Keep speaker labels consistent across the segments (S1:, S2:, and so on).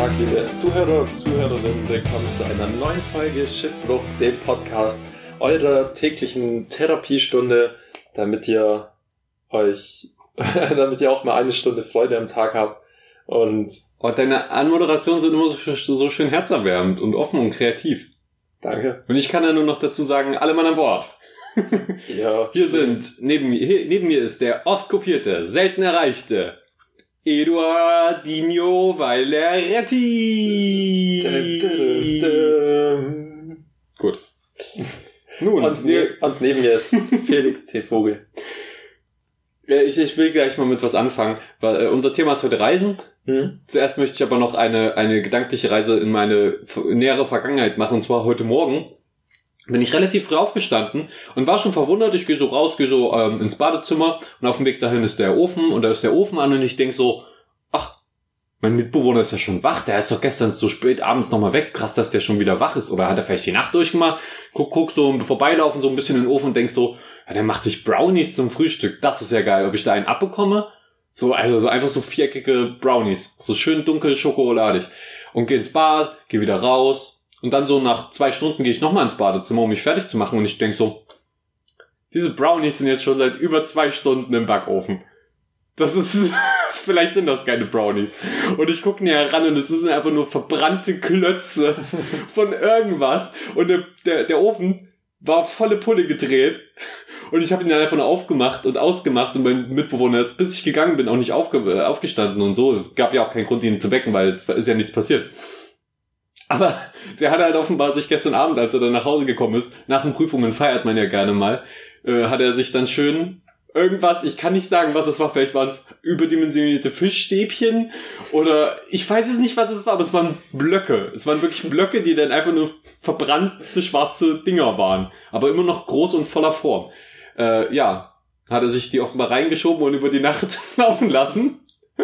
S1: Tag, liebe Zuhörer und Zuhörerinnen. Willkommen zu einer neuen Folge Schiffbruch, dem Podcast eurer täglichen Therapiestunde, damit ihr auch mal eine Stunde Freude am Tag habt. Und
S2: deine Anmoderationen sind immer so schön herzerwärmend und offen und kreativ.
S1: Danke.
S2: Und ich kann ja nur noch dazu sagen, alle Mann an Bord.
S1: Ja.
S2: Hier sind, neben mir ist der oft kopierte, selten erreichte Eduardinho Valeretti. Gut. Nun,
S1: und neben mir ist Felix T. Vogel.
S2: Ich will gleich mal mit was anfangen, weil unser Thema ist heute Reisen. Zuerst möchte ich aber noch eine gedankliche Reise in meine nähere Vergangenheit machen, und zwar heute Morgen. Bin ich relativ früh aufgestanden und war schon verwundert. Ich gehe so ins Badezimmer und auf dem Weg dahin ist der Ofen und da ist der Ofen an und ich denk so, ach, mein Mitbewohner ist ja schon wach, der ist doch gestern so spät abends nochmal weg, krass, dass der schon wieder wach ist, oder hat er vielleicht die Nacht durchgemacht? Guck so vorbeilaufen so ein bisschen in den Ofen und denk so, ja, der macht sich Brownies zum Frühstück, das ist ja geil, ob ich da einen abbekomme? So einfach so viereckige Brownies, so schön dunkel schokoladig und geh ins Bad, geh wieder raus. Und dann so nach 2 Stunden gehe ich nochmal ins Badezimmer, um mich fertig zu machen. Und ich denk so, diese Brownies sind jetzt schon seit über 2 Stunden im Backofen. Vielleicht sind das keine Brownies. Und ich gucke näher ran und es sind einfach nur verbrannte Klötze von irgendwas. Und der Ofen war volle Pulle gedreht. Und ich habe ihn dann einfach nur aufgemacht und ausgemacht. Und mein Mitbewohner ist, bis ich gegangen bin, auch nicht aufgestanden und so. Es gab ja auch keinen Grund, ihn zu wecken, weil es ist ja nichts passiert. Aber der hat halt offenbar sich gestern Abend, als er dann nach Hause gekommen ist, nach den Prüfungen feiert man ja gerne mal, hat er sich dann schön irgendwas, ich kann nicht sagen, was es war, vielleicht waren es überdimensionierte Fischstäbchen oder ich weiß es nicht, was es war, aber es waren Blöcke. Es waren wirklich Blöcke, die dann einfach nur verbrannte schwarze Dinger waren, aber immer noch groß und voller Form. Hat er sich die offenbar reingeschoben und über die Nacht laufen lassen.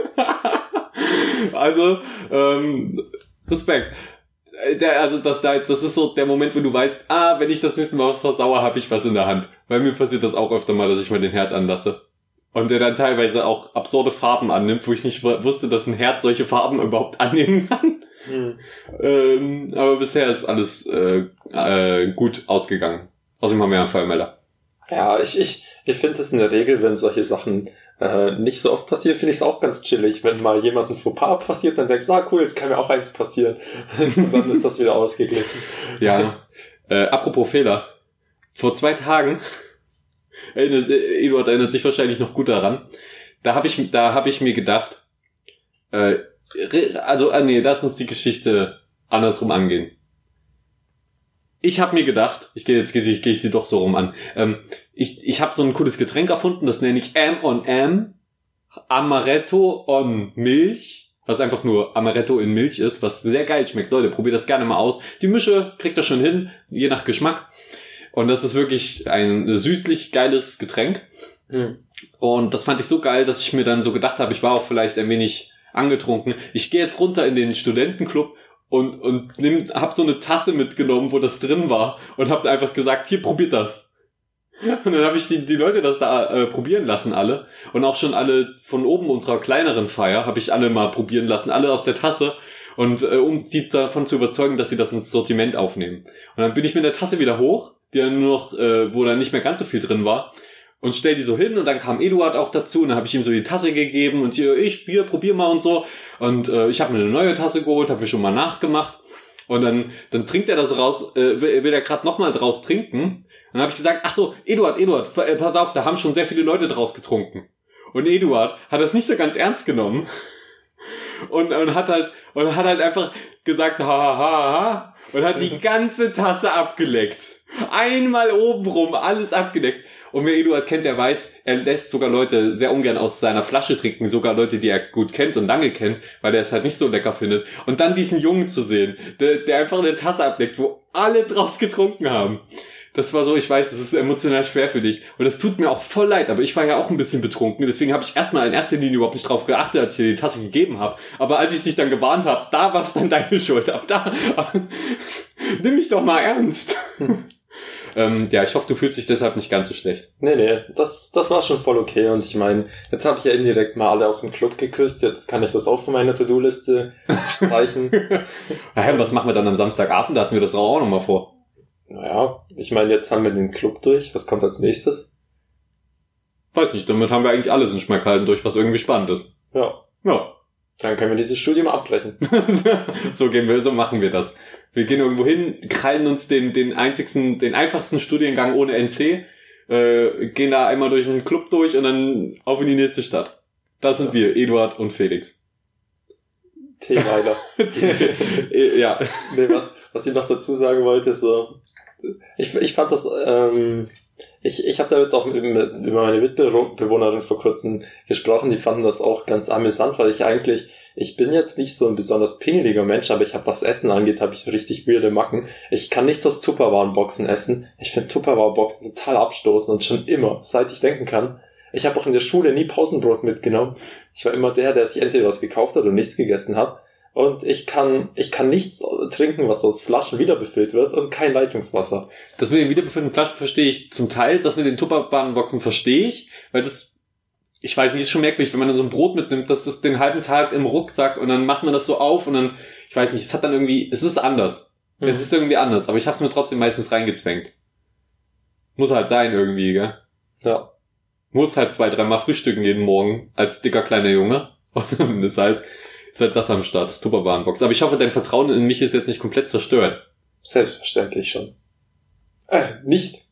S2: Also, Respekt. Das ist so der Moment, wo du weißt, wenn ich das nächste Mal was versauere, habe ich was in der Hand. Weil mir passiert das auch öfter mal, dass ich mal den Herd anlasse. Und der dann teilweise auch absurde Farben annimmt, wo ich nicht wusste, dass ein Herd solche Farben überhaupt annehmen kann. Aber bisher ist alles gut ausgegangen. Außerdem haben wir einen Feuermelder.
S1: Ja, ich finde es in der Regel, wenn solche Sachen nicht so oft passieren, finde ich es auch ganz chillig. Wenn mal jemandem Fauxpas passiert, dann denkst du, cool, jetzt kann mir auch eins passieren. Und dann ist das wieder ausgeglichen.
S2: Ja, apropos Fehler. Vor 2 Tagen, Eduard erinnert sich wahrscheinlich noch gut daran, da hab ich mir gedacht, lass uns die Geschichte andersrum angehen. Ich habe mir gedacht, ich gehe sie doch so rum an. Ich habe so ein cooles Getränk erfunden, das nenne ich M&M, Amaretto on Milch, was einfach nur Amaretto in Milch ist, was sehr geil schmeckt. Leute, probiert das gerne mal aus. Die Mische kriegt das schon hin, je nach Geschmack. Und das ist wirklich ein süßlich geiles Getränk. Und das fand ich so geil, dass ich mir dann so gedacht habe, ich war auch vielleicht ein wenig angetrunken. Ich gehe jetzt runter in den Studentenclub und hab so eine Tasse mitgenommen, wo das drin war und hab einfach gesagt, hier, probiert das. Und dann habe ich die Leute das da probieren lassen, alle. Und auch schon alle von oben unserer kleineren Feier habe ich alle mal probieren lassen, alle aus der Tasse. Und um sie davon zu überzeugen, dass sie das ins Sortiment aufnehmen. Und dann bin ich mit der Tasse wieder hoch, die dann nur noch, wo dann nicht mehr ganz so viel drin war. Und stell die so hin und dann kam Eduard auch dazu und dann habe ich ihm so die Tasse gegeben und hier, probier mal und so. Und ich habe mir eine neue Tasse geholt, habe mir schon mal nachgemacht. Und dann trinkt er das raus, will er gerade nochmal draus trinken. Und dann habe ich gesagt, ach so, Eduard, pass auf, da haben schon sehr viele Leute draus getrunken. Und Eduard hat das nicht so ganz ernst genommen. Und hat halt einfach gesagt, ha, und hat die ganze Tasse abgeleckt. Einmal obenrum, alles abgedeckt. Und wer Eduard kennt, der weiß, er lässt sogar Leute sehr ungern aus seiner Flasche trinken, sogar Leute, die er gut kennt und lange kennt, weil er es halt nicht so lecker findet. Und dann diesen Jungen zu sehen, der einfach eine Tasse ableckt, wo alle draus getrunken haben. Das war so, ich weiß, das ist emotional schwer für dich. Und das tut mir auch voll leid, aber ich war ja auch ein bisschen betrunken. Deswegen habe ich erstmal in erster Linie überhaupt nicht drauf geachtet, als ich dir die Tasse gegeben habe. Aber als ich dich dann gewarnt habe, da war es dann deine Schuld. Nimm mich doch mal ernst. Ja, ich hoffe, du fühlst dich deshalb nicht ganz so schlecht.
S1: Nee, das war schon voll okay. Und ich meine, jetzt habe ich ja indirekt mal alle aus dem Club geküsst. Jetzt kann ich das auch von meiner To-Do-Liste streichen.
S2: Naja, was machen wir dann am Samstagabend? Da hatten wir das auch nochmal vor.
S1: Naja, ich meine, jetzt haben wir den Club durch. Was kommt als nächstes?
S2: Weiß nicht, damit haben wir eigentlich alles in Schmack halten durch, was irgendwie spannend ist.
S1: Ja. Dann können wir dieses Studium abbrechen.
S2: So machen wir das. Wir gehen irgendwo hin, krallen uns den einfachsten Studiengang ohne NC, gehen da einmal durch einen Club durch und dann auf in die nächste Stadt. Das sind wir, Eduard und Felix.
S1: T-Weiler.
S2: Ja.
S1: Nee, was ich noch dazu sagen wollte, so, ich fand das, ich habe damit auch über meine Mitbewohnerin vor kurzem gesprochen, die fanden das auch ganz amüsant, weil ich bin jetzt nicht so ein besonders pingeliger Mensch, aber ich habe, was Essen angeht, habe ich so richtig weirde Macken. Ich kann nichts aus Tupperware-Boxen essen. Ich finde Tupperware-Boxen total abstoßend und schon immer, seit ich denken kann. Ich habe auch in der Schule nie Pausenbrot mitgenommen. Ich war immer der sich entweder was gekauft hat und nichts gegessen hat. Und ich kann nichts trinken, was aus Flaschen wiederbefüllt wird und kein Leitungswasser.
S2: Das mit den wiederbefüllten Flaschen verstehe ich zum Teil. Das mit den Tupperware-Boxen verstehe ich, weil das, ich weiß nicht, ist schon merkwürdig, wenn man dann so ein Brot mitnimmt, dass das den halben Tag im Rucksack und dann macht man das so auf und dann, ich weiß nicht, es hat dann irgendwie, es ist anders. Mhm. Es ist irgendwie anders, aber ich habe es mir trotzdem meistens reingezwängt. Muss halt sein irgendwie, gell?
S1: Ja.
S2: Muss halt 2-3 Mal frühstücken jeden Morgen als dicker kleiner Junge. Und dann ist halt das am Start, das Tupperware-Box. Aber ich hoffe, dein Vertrauen in mich ist jetzt nicht komplett zerstört.
S1: Selbstverständlich schon. Nicht.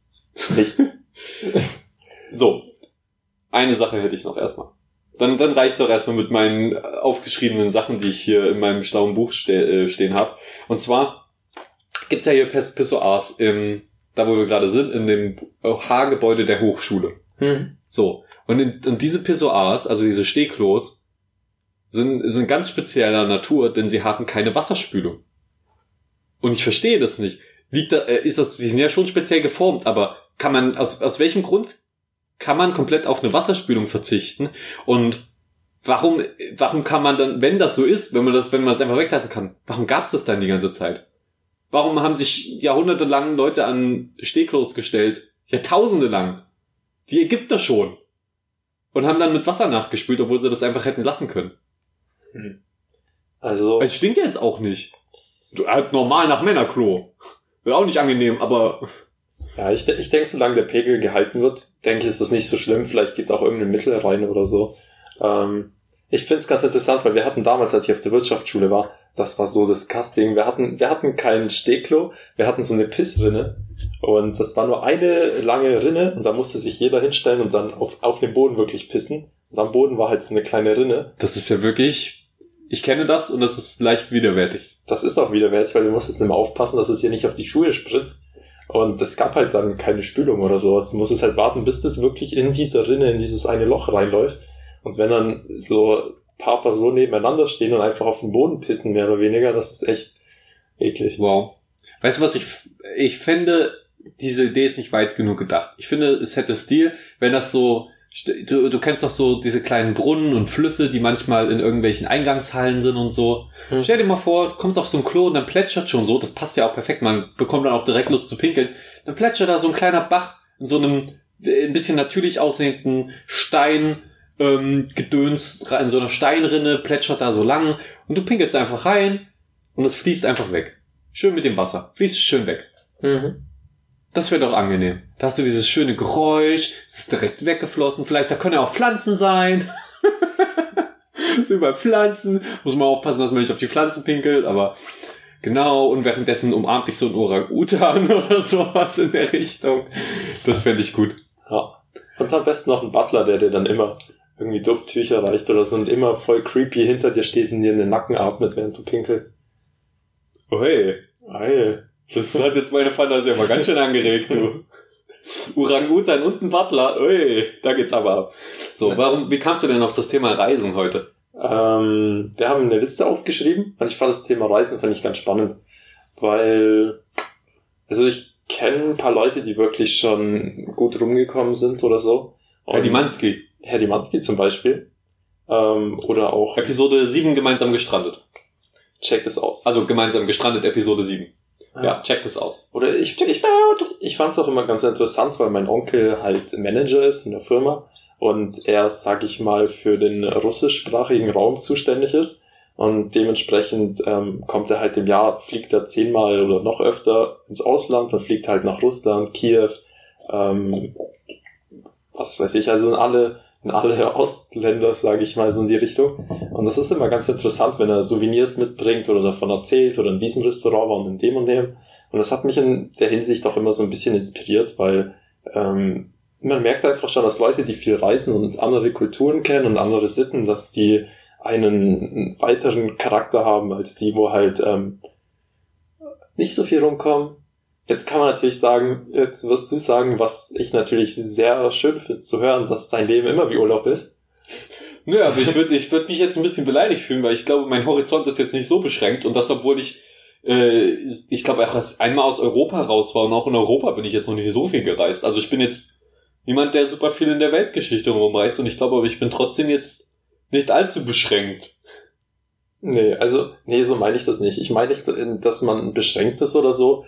S2: So. Eine Sache hätte ich noch erstmal. Dann reicht's auch erstmal mit meinen aufgeschriebenen Sachen, die ich hier in meinem schlauen Buch stehen habe. Und zwar gibt's ja hier Pissoirs da wo wir gerade sind, in dem H-Gebäude der Hochschule. So. Und diese Pissoirs, also diese Stehklos, sind ganz spezieller Natur, denn sie haben keine Wasserspülung. Und ich verstehe das nicht. Die sind ja schon speziell geformt, aber kann man, aus welchem Grund kann man komplett auf eine Wasserspülung verzichten? Und warum kann man dann, wenn das so ist, wenn man es einfach weglassen kann, warum gab's das dann die ganze Zeit? Warum haben sich jahrhundertelang Leute an Stehklos gestellt? Jahrtausende lang. Die Ägypter schon. Und haben dann mit Wasser nachgespült, obwohl sie das einfach hätten lassen können.
S1: Also.
S2: Es stinkt ja jetzt auch nicht. Halt normal nach Männerklo. Wäre auch nicht angenehm, aber.
S1: Ja, ich denke, solange der Pegel gehalten wird, denke ich, ist das nicht so schlimm. Vielleicht geht auch irgendein Mittel rein oder so. Ich finde es ganz interessant, weil wir hatten damals, als ich auf der Wirtschaftsschule war, das war so das Casting. Wir hatten kein Stehklo, wir hatten so eine Pissrinne. Und das war nur eine lange Rinne und da musste sich jeder hinstellen und dann auf den Boden wirklich pissen. Und am Boden war halt so eine kleine Rinne.
S2: Das ist ja wirklich, ich kenne das und das ist leicht widerwärtig.
S1: Das ist auch widerwärtig, weil du musstest immer aufpassen, dass es hier nicht auf die Schuhe spritzt. Und es gab halt dann keine Spülung oder sowas. Du musstest halt warten, bis das wirklich in diese Rinne, in dieses eine Loch reinläuft. Und wenn dann so ein paar Personen nebeneinander stehen und einfach auf den Boden pissen, mehr oder weniger, das ist echt eklig.
S2: Wow. Weißt du was, ich finde, diese Idee ist nicht weit genug gedacht. Ich finde, es hätte Stil, wenn das so, du kennst doch so diese kleinen Brunnen und Flüsse, die manchmal in irgendwelchen Eingangshallen sind und so. Stell dir mal vor, du kommst auf so ein Klo und dann plätschert schon so, das passt ja auch perfekt, man bekommt dann auch direkt Lust zu pinkeln. Dann plätschert da so ein kleiner Bach in so einem ein bisschen natürlich aussehenden Gedöns, in so einer Steinrinne, plätschert da so lang und du pinkelst einfach rein und es fließt einfach weg. Schön mit dem Wasser. Fließt schön weg. Das wäre doch angenehm. Da hast du dieses schöne Geräusch, es ist direkt weggeflossen. Vielleicht, da können ja auch Pflanzen sein. So über Pflanzen. Muss man aufpassen, dass man nicht auf die Pflanzen pinkelt, aber genau. Und währenddessen umarmt dich so ein Orang-Utan oder sowas in der Richtung. Das fände ich gut.
S1: Ja. Und am besten noch ein Butler, der dir dann immer irgendwie Dufttücher reicht oder so und immer voll creepy hinter dir steht und dir in den Nacken atmet, während du pinkelst.
S2: Oh hey. Das hat jetzt meine Fantasie mal ganz schön angeregt, du. Orang-Utan und ein Butler. Ui, da geht's aber ab. So, wie kamst du denn auf das Thema Reisen heute?
S1: Wir haben eine Liste aufgeschrieben und ich fand das Thema Reisen ganz spannend, weil, also ich kenne ein paar Leute, die wirklich schon gut rumgekommen sind oder so.
S2: Herr
S1: Dimanski zum Beispiel. Oder auch
S2: Episode 7 gemeinsam gestrandet.
S1: Checkt es aus.
S2: Also gemeinsam gestrandet, Episode 7. Ja, check das aus.
S1: Oder ich fand es auch immer ganz interessant, weil mein Onkel halt Manager ist in der Firma und er, sag ich mal, für den russischsprachigen Raum zuständig ist. Und dementsprechend kommt er halt im Jahr, fliegt er 10-mal oder noch öfter ins Ausland, dann fliegt er halt nach Russland, Kiew, was weiß ich, also in alle Ostländer, sage ich mal, so in die Richtung. Und das ist immer ganz interessant, wenn er Souvenirs mitbringt oder davon erzählt oder in diesem Restaurant war und in dem und dem. Und das hat mich in der Hinsicht auch immer so ein bisschen inspiriert, weil man merkt einfach schon, dass Leute, die viel reisen und andere Kulturen kennen und andere Sitten, dass die einen weiteren Charakter haben als die, wo halt nicht so viel rumkommen. Jetzt kann man natürlich sagen, jetzt wirst du sagen, was ich natürlich sehr schön finde zu hören, dass dein Leben immer wie Urlaub ist.
S2: Nö, aber ich würde mich jetzt ein bisschen beleidigt fühlen, weil ich glaube, mein Horizont ist jetzt nicht so beschränkt und das, obwohl ich glaube, auch erst einmal aus Europa raus war und auch in Europa bin ich jetzt noch nicht so viel gereist. Also ich bin jetzt niemand, der super viel in der Weltgeschichte rumreist und ich glaube, aber ich bin trotzdem jetzt nicht allzu beschränkt.
S1: Nee, so meine ich das nicht. Ich meine nicht, dass man beschränkt ist oder so,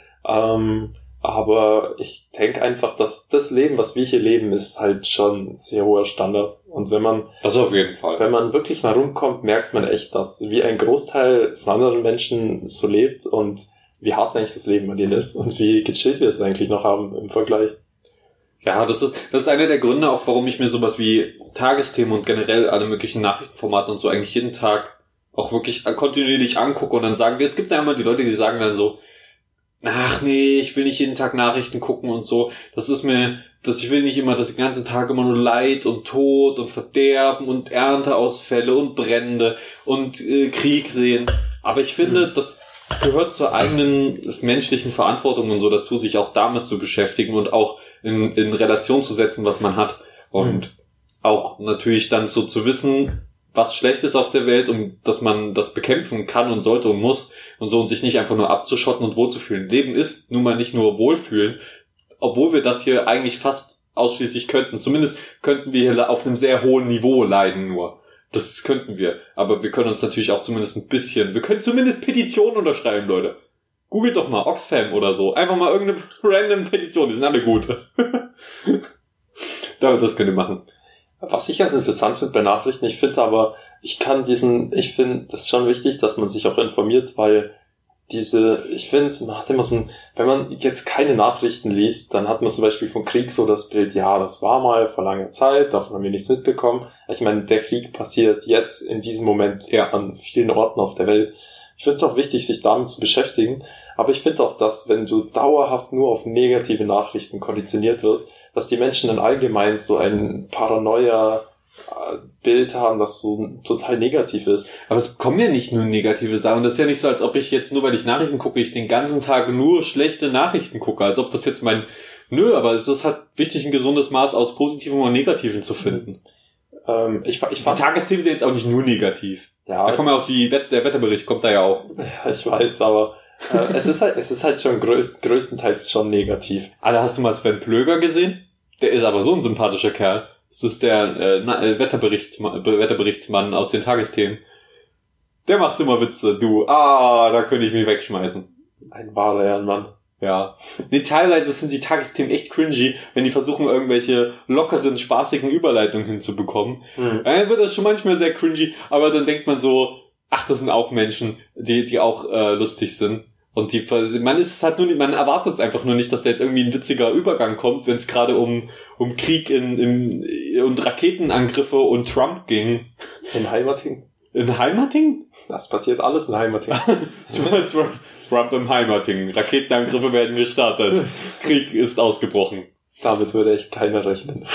S1: aber ich denke einfach, dass das Leben, was wir hier leben, ist halt schon ein sehr hoher Standard. Und
S2: das auf jeden Fall.
S1: Wenn man wirklich mal rumkommt, merkt man echt, dass wie ein Großteil von anderen Menschen so lebt und wie hart eigentlich das Leben bei denen ist und wie gechillt wir es eigentlich noch haben im Vergleich.
S2: Ja, das ist einer der Gründe auch, warum ich mir sowas wie Tagesthemen und generell alle möglichen Nachrichtenformate und so eigentlich jeden Tag auch wirklich kontinuierlich angucke und dann sagen wir, es gibt ja immer die Leute, die sagen dann so, ach nee, ich will nicht jeden Tag Nachrichten gucken und so, ich will nicht immer den ganzen Tag immer nur Leid und Tod und Verderben und Ernteausfälle und Brände und Krieg sehen, aber ich finde, das gehört zur eigenen menschlichen Verantwortung und so dazu, sich auch damit zu beschäftigen und auch in Relation zu setzen, was man hat. Und auch natürlich dann so zu wissen, was schlecht ist auf der Welt und dass man das bekämpfen kann und sollte und muss und so und sich nicht einfach nur abzuschotten und wohlzufühlen. Leben ist nun mal nicht nur Wohlfühlen, obwohl wir das hier eigentlich fast ausschließlich könnten. Zumindest könnten wir hier auf einem sehr hohen Niveau leiden nur. Das könnten wir. Aber wir können uns natürlich auch zumindest ein bisschen... Wir können zumindest Petitionen unterschreiben, Leute. Googelt doch mal Oxfam oder so. Einfach mal irgendeine random Petition. Die sind alle gut. Das könnt ihr machen.
S1: Was ich ganz interessant finde bei Nachrichten, ich finde das schon wichtig, dass man sich auch informiert, weil man hat immer wenn man jetzt keine Nachrichten liest, dann hat man zum Beispiel vom Krieg so das Bild, ja, das war mal vor langer Zeit, davon haben wir nichts mitbekommen. Ich meine, der Krieg passiert jetzt in diesem Moment an vielen Orten auf der Welt. Ich finde es auch wichtig, sich damit zu beschäftigen, aber ich finde auch, dass wenn du dauerhaft nur auf negative Nachrichten konditioniert wirst, dass die Menschen dann allgemein so ein Paranoia-Bild haben, das so total negativ ist.
S2: Aber es kommen ja nicht nur negative Sachen. Das ist ja nicht so, als ob ich jetzt nur, weil ich Nachrichten gucke, ich den ganzen Tag nur schlechte Nachrichten gucke. Als ob das jetzt aber es ist halt wichtig, ein gesundes Maß aus Positiven und Negativen zu finden. Die Tagesthemen sind jetzt auch nicht nur negativ. Ja, da kommen ja auch der Wetterbericht kommt da ja auch.
S1: Ja, ich weiß, aber es ist halt schon größtenteils schon negativ.
S2: Alter, hast du mal Sven Plöger gesehen? Der ist aber so ein sympathischer Kerl. Das ist der Wetterberichtsmann aus den Tagesthemen. Der macht immer Witze, da könnte ich mich wegschmeißen.
S1: Ein wahrer Ehrenmann.
S2: Ja. Nee, teilweise sind die Tagesthemen echt cringy, wenn die versuchen, irgendwelche lockeren, spaßigen Überleitungen hinzubekommen. Dann wird das schon manchmal sehr cringy, aber dann denkt man so, ach, das sind auch Menschen, die auch lustig sind. Und man erwartet es einfach nur nicht, dass da jetzt irgendwie ein witziger Übergang kommt, wenn es gerade um Krieg und Raketenangriffe und Trump ging.
S1: In Heimating?
S2: In Heimating?
S1: Das passiert alles in Heimating.
S2: Trump im Heimating. Raketenangriffe werden gestartet. Krieg ist ausgebrochen.
S1: Damit würde echt keiner rechnen.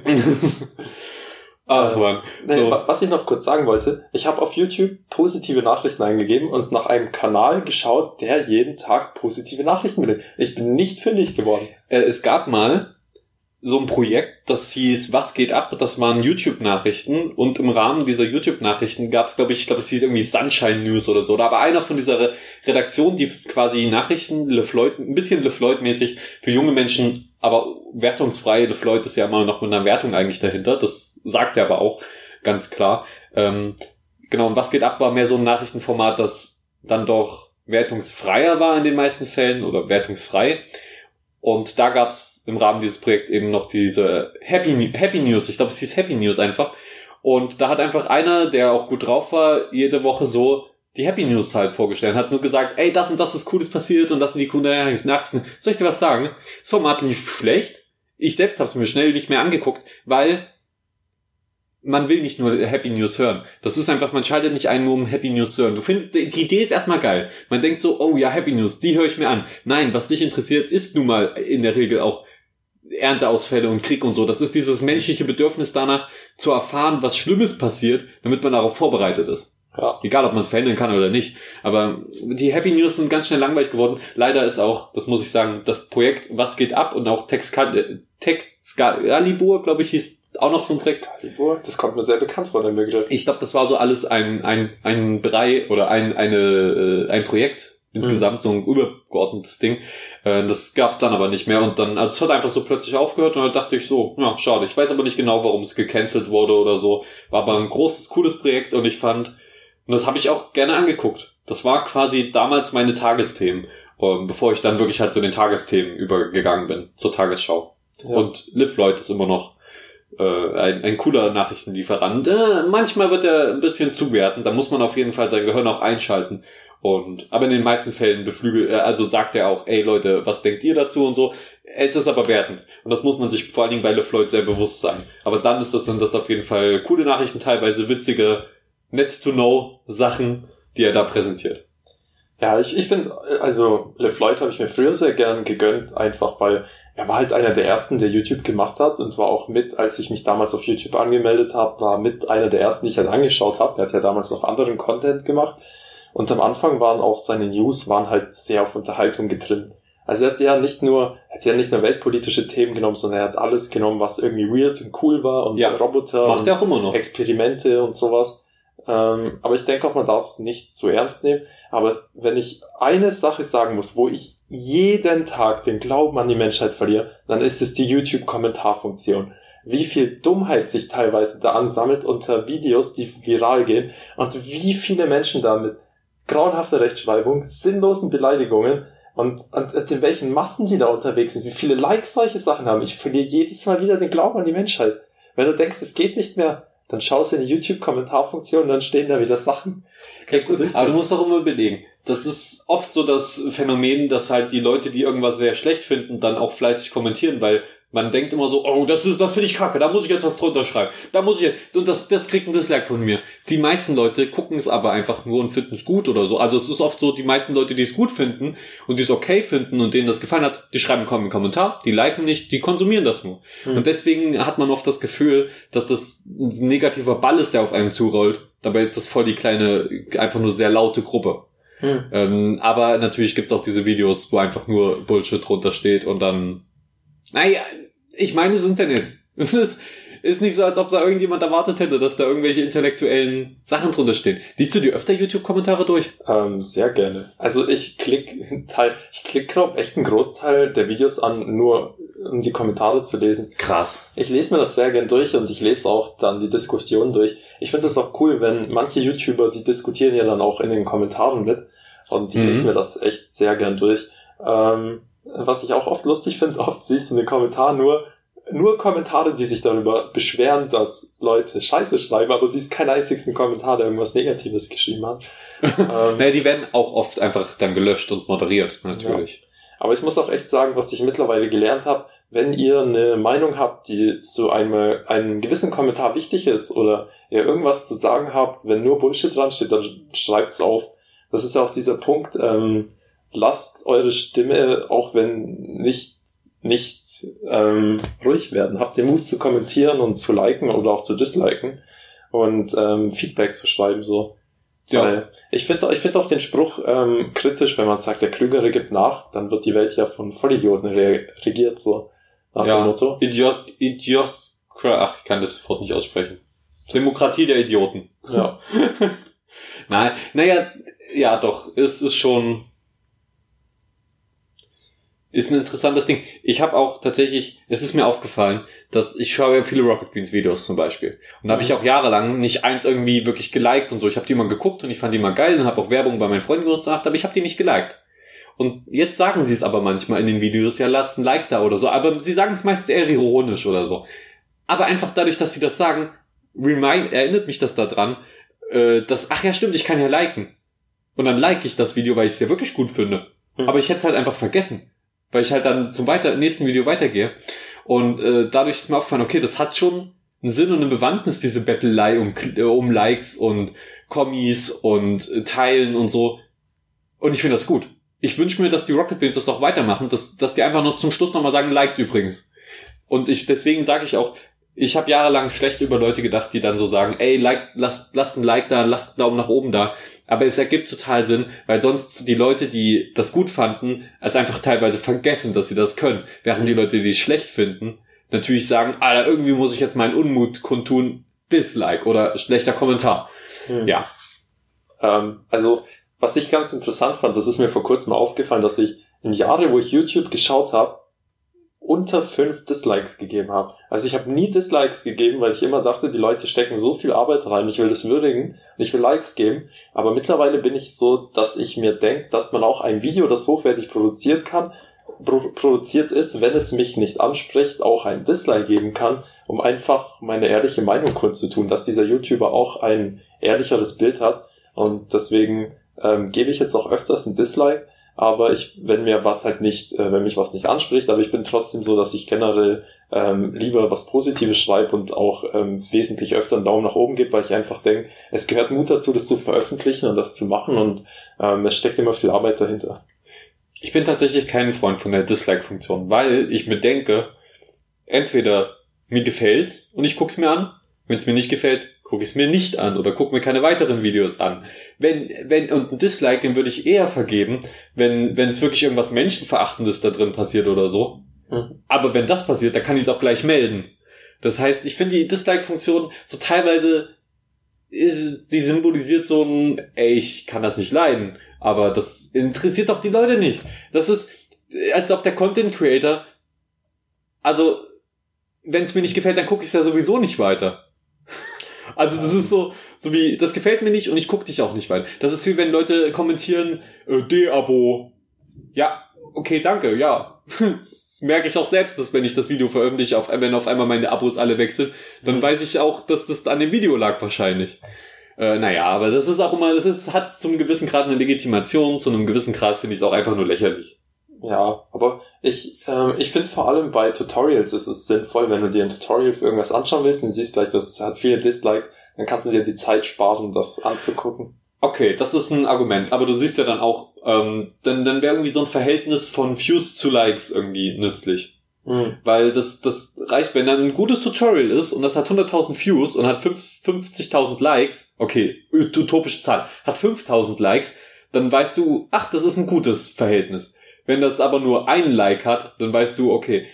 S2: Ach man.
S1: So. Was ich noch kurz sagen wollte, ich habe auf YouTube positive Nachrichten eingegeben und nach einem Kanal geschaut, der jeden Tag positive Nachrichten bringt. Ich bin nicht fündig geworden.
S2: Es gab mal so ein Projekt, das hieß Was geht ab? Das waren YouTube-Nachrichten und im Rahmen dieser YouTube-Nachrichten gab es, glaube ich, es hieß irgendwie Sunshine News oder so. Aber einer von dieser Redaktion, die quasi Nachrichten, ein bisschen LeFloid-mäßig für junge Menschen, aber wertungsfrei. LeFloid ist ja immer noch mit einer Wertung eigentlich dahinter. Das sagt er aber auch ganz klar. Genau, und Was geht ab? War mehr so ein Nachrichtenformat, das dann doch wertungsfreier war in den meisten Fällen oder wertungsfrei. Und da gab's im Rahmen dieses Projekts eben noch diese Happy News. Ich glaube, es hieß Happy News einfach. Und da hat einfach einer, der auch gut drauf war, jede Woche so die Happy News halt vorgestellt. Hat nur gesagt, ey, das und das ist Cooles passiert und das sind die coolen Nachrichten. Soll ich dir was sagen? Das Format lief schlecht. Ich selbst habe es mir schnell nicht mehr angeguckt, weil man will nicht nur Happy News hören. Das ist einfach, man schaltet nicht ein, nur um Happy News zu hören. Du findest, die Idee ist erstmal geil. Man denkt so, oh ja, Happy News, die höre ich mir an. Nein, was dich interessiert, ist nun mal in der Regel auch Ernteausfälle und Krieg und so. Das ist dieses menschliche Bedürfnis danach, zu erfahren, was Schlimmes passiert, damit man darauf vorbereitet ist. Ja. Egal, ob man es verhindern kann oder nicht. Aber die Happy News sind ganz schnell langweilig geworden. Leider ist auch, das muss ich sagen, das Projekt Was geht ab und auch Texcalibur, glaube ich, hieß auch noch so ein Projekt.
S1: Das kommt mir sehr bekannt vor, dem Begriff.
S2: Ich glaube, das war so alles ein Brei oder ein Projekt insgesamt, so ein übergeordnetes Ding. Das gab's dann aber nicht mehr und dann, also es hat einfach so plötzlich aufgehört und dann dachte ich so, ja, schade. Ich weiß aber nicht genau, warum es gecancelt wurde oder so. War aber ein großes, cooles Projekt und ich fand, und das habe ich auch gerne angeguckt. Das war quasi damals meine Tagesthemen, bevor ich dann wirklich halt zu den Tagesthemen übergegangen bin, zur Tagesschau. Ja. Und Live Lloyd ist immer noch ein cooler Nachrichtenlieferant. Manchmal wird er ein bisschen zuwertend, da muss man auf jeden Fall sein Gehirn auch einschalten. Aber in den meisten Fällen also sagt er auch, ey Leute, was denkt ihr dazu und so. Es ist aber wertend. Und das muss man sich vor allen Dingen bei Live Lloyd sehr bewusst sein. Aber dann sind das auf jeden Fall coole Nachrichten, teilweise witzige, net-to-know-Sachen, die er da präsentiert.
S1: Ja, ich finde, also Live Lloyd habe ich mir früher sehr gern gegönnt, einfach weil er war halt einer der ersten, der YouTube gemacht hat und war auch mit, als ich mich damals auf YouTube angemeldet habe, war mit einer der ersten, die ich halt angeschaut habe. Er hat ja damals noch anderen Content gemacht und am Anfang waren auch seine News halt sehr auf Unterhaltung getrimmt. Also er hat ja nicht nur weltpolitische Themen genommen, sondern er hat alles genommen, was irgendwie weird und cool war und ja, Roboter
S2: macht er auch immer noch.
S1: Experimente und sowas. Aber ich denke auch, man darf es nicht zu ernst nehmen. Aber wenn ich eine Sache sagen muss, wo ich jeden Tag den Glauben an die Menschheit verliere, dann ist es die YouTube-Kommentarfunktion. Wie viel Dummheit sich teilweise da ansammelt unter Videos, die viral gehen und wie viele Menschen da mit grauenhafter Rechtschreibung, sinnlosen Beleidigungen und in welchen Massen die da unterwegs sind, wie viele Likes solche Sachen haben. Ich verliere jedes Mal wieder den Glauben an die Menschheit. Wenn du denkst, es geht nicht mehr, dann schaust du in die YouTube-Kommentarfunktion und dann stehen da wieder Sachen.
S2: Okay, gut. Aber du musst doch immer überlegen. Das ist oft so das Phänomen, dass halt die Leute, die irgendwas sehr schlecht finden, dann auch fleißig kommentieren, weil man denkt immer so, oh, das finde ich kacke, da muss ich jetzt was drunter schreiben. Und das kriegt ein Dislike von mir. Die meisten Leute gucken es aber einfach nur und finden es gut oder so. Also es ist oft so, die meisten Leute, die es gut finden und die es okay finden und denen das gefallen hat, die schreiben kaum einen Kommentar, die liken nicht, die konsumieren das nur. Und deswegen hat man oft das Gefühl, dass das ein negativer Ball ist, der auf einem zurollt. Dabei ist das voll die kleine, einfach nur sehr laute Gruppe. Aber natürlich gibt's auch diese Videos, wo einfach nur Bullshit drunter steht und dann, naja, ich meine das Internet. Es ist nicht so, als ob da irgendjemand erwartet hätte, dass da irgendwelche intellektuellen Sachen drunter stehen. Liest du dir öfter YouTube-Kommentare durch?
S1: Sehr gerne. Also ich klick glaube echt einen Großteil der Videos an, nur um die Kommentare zu lesen.
S2: Krass.
S1: Ich lese mir das sehr gern durch und ich lese auch dann die Diskussion durch. Ich finde das auch cool, wenn manche YouTuber, die diskutieren ja dann auch in den Kommentaren mit und ich lese mir das echt sehr gern durch. Was ich auch oft lustig finde, oft siehst du in den Kommentaren nur Kommentare, die sich darüber beschweren, dass Leute Scheiße schreiben, aber siehst keinen einzigen Kommentar, der irgendwas Negatives geschrieben hat.
S2: Naja, die werden auch oft einfach dann gelöscht und moderiert, natürlich.
S1: Ja. Aber ich muss auch echt sagen, was ich mittlerweile gelernt habe, wenn ihr eine Meinung habt, die zu einem gewissen Kommentar wichtig ist oder ihr irgendwas zu sagen habt, wenn nur Bullshit dran steht, dann schreibt's auf. Das ist ja auch dieser Punkt, lasst eure Stimme, auch wenn nicht ruhig werden. Habt den Mut zu kommentieren und zu liken oder auch zu disliken und Feedback zu schreiben, so. Ja. Weil ich finde auch den Spruch kritisch, wenn man sagt, der Klügere gibt nach, dann wird die Welt ja von Vollidioten regiert, so nach dem Motto.
S2: Ach, ich kann das Wort nicht aussprechen. Demokratie der Idioten.
S1: Ja.
S2: Naja, ja doch, es ist schon. ist ein interessantes Ding. Ich habe auch tatsächlich, es ist mir aufgefallen, dass ich schaue ja viele Rocket Beans Videos zum Beispiel. Und da habe ich auch jahrelang nicht eins irgendwie wirklich geliked und so. Ich habe die mal geguckt und ich fand die mal geil und habe auch Werbung bei meinen Freunden genutzt, aber ich habe die nicht geliked. Und jetzt sagen sie es aber manchmal in den Videos, ja, lasst ein Like da oder so. Aber sie sagen es meistens eher ironisch oder so. Aber einfach dadurch, dass sie das sagen, erinnert mich das daran, dass, ach ja, stimmt, ich kann ja liken. Und dann like ich das Video, weil ich es ja wirklich gut finde. Aber ich hätte es halt einfach vergessen. Weil ich halt dann zum nächsten Video weitergehe. Und dadurch ist mir aufgefallen, okay, das hat schon einen Sinn und eine Bewandtnis, diese Bettelei um Likes und Kommis und Teilen und so. Und ich finde das gut. Ich wünsche mir, dass die Rocket Beans das auch weitermachen, dass die einfach noch zum Schluss nochmal sagen, liked übrigens. Und deswegen sage ich auch, ich habe jahrelang schlecht über Leute gedacht, die dann so sagen, ey, lasst ein Like da, lasst einen Daumen nach oben da. Aber es ergibt total Sinn, weil sonst die Leute, die das gut fanden, es einfach teilweise vergessen, dass sie das können. Während die Leute, die es schlecht finden, natürlich sagen, Alter, irgendwie muss ich jetzt meinen Unmut kundtun, Dislike oder schlechter Kommentar. Ja.
S1: Also, was ich ganz interessant fand, das ist mir vor kurzem aufgefallen, dass ich in Jahre, wo ich YouTube geschaut habe, unter 5 Dislikes gegeben habe. Also ich habe nie Dislikes gegeben, weil ich immer dachte, die Leute stecken so viel Arbeit rein, ich will das würdigen, ich will Likes geben, aber mittlerweile bin ich so, dass ich mir denke, dass man auch ein Video, das hochwertig produziert ist, wenn es mich nicht anspricht, auch ein Dislike geben kann, um einfach meine ehrliche Meinung kundzutun, dass dieser YouTuber auch ein ehrlicheres Bild hat und deswegen gebe ich jetzt auch öfters ein Dislike. Aber wenn mich was nicht anspricht, aber ich bin trotzdem so, dass ich generell lieber was Positives schreibe und auch wesentlich öfter einen Daumen nach oben gebe, weil ich einfach denke, es gehört Mut dazu, das zu veröffentlichen und das zu machen und es steckt immer viel Arbeit dahinter.
S2: Ich bin tatsächlich kein Freund von der Dislike-Funktion, weil ich mir denke, entweder mir gefällt's und ich guck's mir an, wenn es mir nicht gefällt, gucke ich es mir nicht an oder gucke mir keine weiteren Videos an. Und ein Dislike, den würde ich eher vergeben, wenn es wirklich irgendwas Menschenverachtendes da drin passiert oder so. Aber wenn das passiert, dann kann ich es auch gleich melden. Das heißt, ich finde die Dislike-Funktion so teilweise, sie symbolisiert so ein, ey, ich kann das nicht leiden, aber das interessiert doch die Leute nicht. Das ist, als ob der Content Creator, also, wenn es mir nicht gefällt, dann gucke ich es ja sowieso nicht weiter. Also das ist so wie, das gefällt mir nicht und ich gucke dich auch nicht weiter. Das ist wie wenn Leute kommentieren, De-Abo. Ja, okay, danke, ja. Das merke ich auch selbst, dass wenn ich das Video veröffentliche, wenn auf einmal meine Abos alle wechseln, dann weiß ich auch, dass das an dem Video lag wahrscheinlich. Aber das ist auch immer, hat zum gewissen Grad eine Legitimation, zu einem gewissen Grad finde ich es auch einfach nur lächerlich.
S1: Ja, aber ich finde vor allem bei Tutorials ist es sinnvoll, wenn du dir ein Tutorial für irgendwas anschauen willst und du siehst gleich, das hat viele Dislikes, dann kannst du dir die Zeit sparen, das anzugucken.
S2: Okay, das ist ein Argument, aber du siehst ja dann auch, dann wäre irgendwie so ein Verhältnis von Views zu Likes irgendwie nützlich. Weil das reicht, wenn dann ein gutes Tutorial ist und das hat 100.000 Views und hat 50.000 Likes, okay, utopische Zahl, hat 5.000 Likes, dann weißt du, ach, das ist ein gutes Verhältnis. Wenn das aber nur ein Like hat, dann weißt du, okay,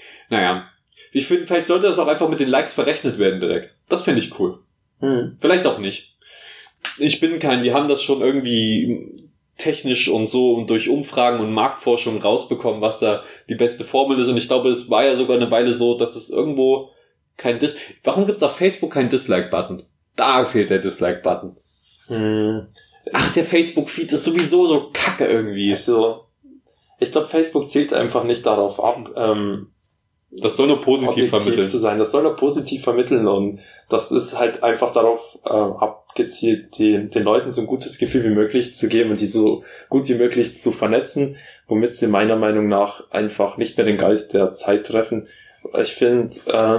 S2: ich finde, vielleicht sollte das auch einfach mit den Likes verrechnet werden direkt. Das finde ich cool. Vielleicht auch nicht. Ich bin die haben das schon irgendwie technisch und so und durch Umfragen und Marktforschung rausbekommen, was da die beste Formel ist und ich glaube, es war ja sogar eine Weile so, dass es irgendwo warum gibt's auf Facebook keinen Dislike-Button? Da fehlt der Dislike-Button. Ach, der Facebook-Feed ist sowieso so kacke irgendwie.
S1: Also, ich glaube, Facebook zielt einfach nicht darauf ab,
S2: das soll nur positiv vermitteln.
S1: Zu sein. Das soll nur positiv vermitteln und das ist halt einfach darauf abgezielt, den Leuten so ein gutes Gefühl wie möglich zu geben und die so gut wie möglich zu vernetzen, womit sie meiner Meinung nach einfach nicht mehr den Geist der Zeit treffen. Ich finde,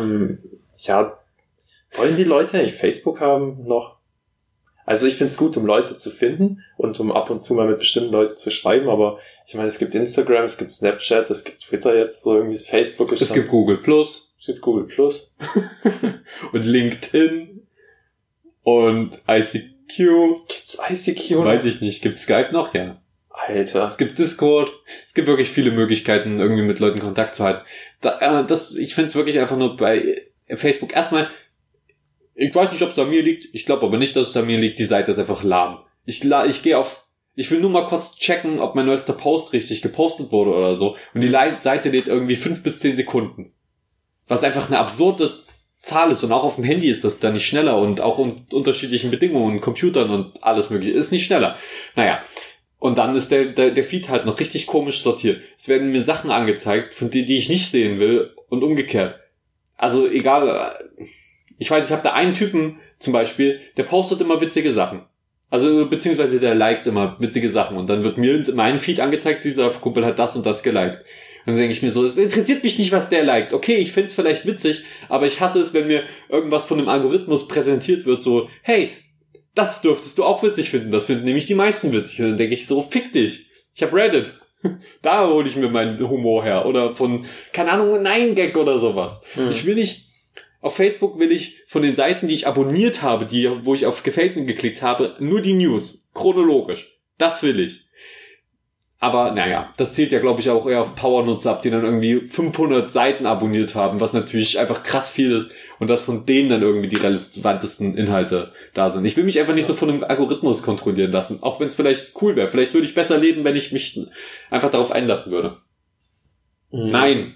S1: wollen die Leute eigentlich Facebook haben noch? Also ich finde es gut, um Leute zu finden und um ab und zu mal mit bestimmten Leuten zu schreiben, aber ich meine, es gibt Instagram, es gibt Snapchat, es gibt Twitter jetzt, so irgendwie Facebook.
S2: Es gibt Google Plus.
S1: Es gibt Google Plus.
S2: Und LinkedIn. Und ICQ.
S1: Gibt's ICQ?
S2: Weiß ich nicht. Gibt Skype noch? Ja.
S1: Alter.
S2: Es gibt Discord. Es gibt wirklich viele Möglichkeiten, irgendwie mit Leuten Kontakt zu halten. Ich finde es wirklich einfach nur bei Facebook erstmal. Ich weiß nicht, ob es an mir liegt. Ich glaube aber nicht, dass es an mir liegt. Die Seite ist einfach lahm. Ich gehe auf Ich will nur mal kurz checken, ob mein neuester Post richtig gepostet wurde oder so. Und die Seite lädt irgendwie 5 bis 10 Sekunden. Was einfach eine absurde Zahl ist. Und auch auf dem Handy ist das dann nicht schneller. Und auch unter unterschiedlichen Bedingungen, Computern und alles mögliche ist nicht schneller. Naja. Und dann ist der Feed halt noch richtig komisch sortiert. Es werden mir Sachen angezeigt, von die ich nicht sehen will. Und umgekehrt. Also egal. Ich weiß, ich habe da einen Typen zum Beispiel, der postet immer witzige Sachen. Also, beziehungsweise der liked immer witzige Sachen und dann wird mir in meinem Feed angezeigt, dieser Kumpel hat das und das geliked. Und dann denke ich mir so, es interessiert mich nicht, was der liked. Okay, ich find's vielleicht witzig, aber ich hasse es, wenn mir irgendwas von einem Algorithmus präsentiert wird, so, hey, das dürftest du auch witzig finden, das finden nämlich die meisten witzig. Und dann denke ich so, fick dich, ich hab Reddit. Da hole ich mir meinen Humor her. Oder von, keine Ahnung, Nein-Gag oder sowas. Ich will nicht... Auf Facebook will ich von den Seiten, die ich abonniert habe, wo ich auf Gefällt mir geklickt habe, nur die News. Chronologisch. Das will ich. Aber, naja, das zählt ja, glaube ich, auch eher auf Powernutzer ab, die dann irgendwie 500 Seiten abonniert haben, was natürlich einfach krass viel ist. Und dass von denen dann irgendwie die relevantesten Inhalte da sind. Ich will mich einfach nicht so von einem Algorithmus kontrollieren lassen. Auch wenn es vielleicht cool wäre. Vielleicht würde ich besser leben, wenn ich mich einfach darauf einlassen würde. Nein.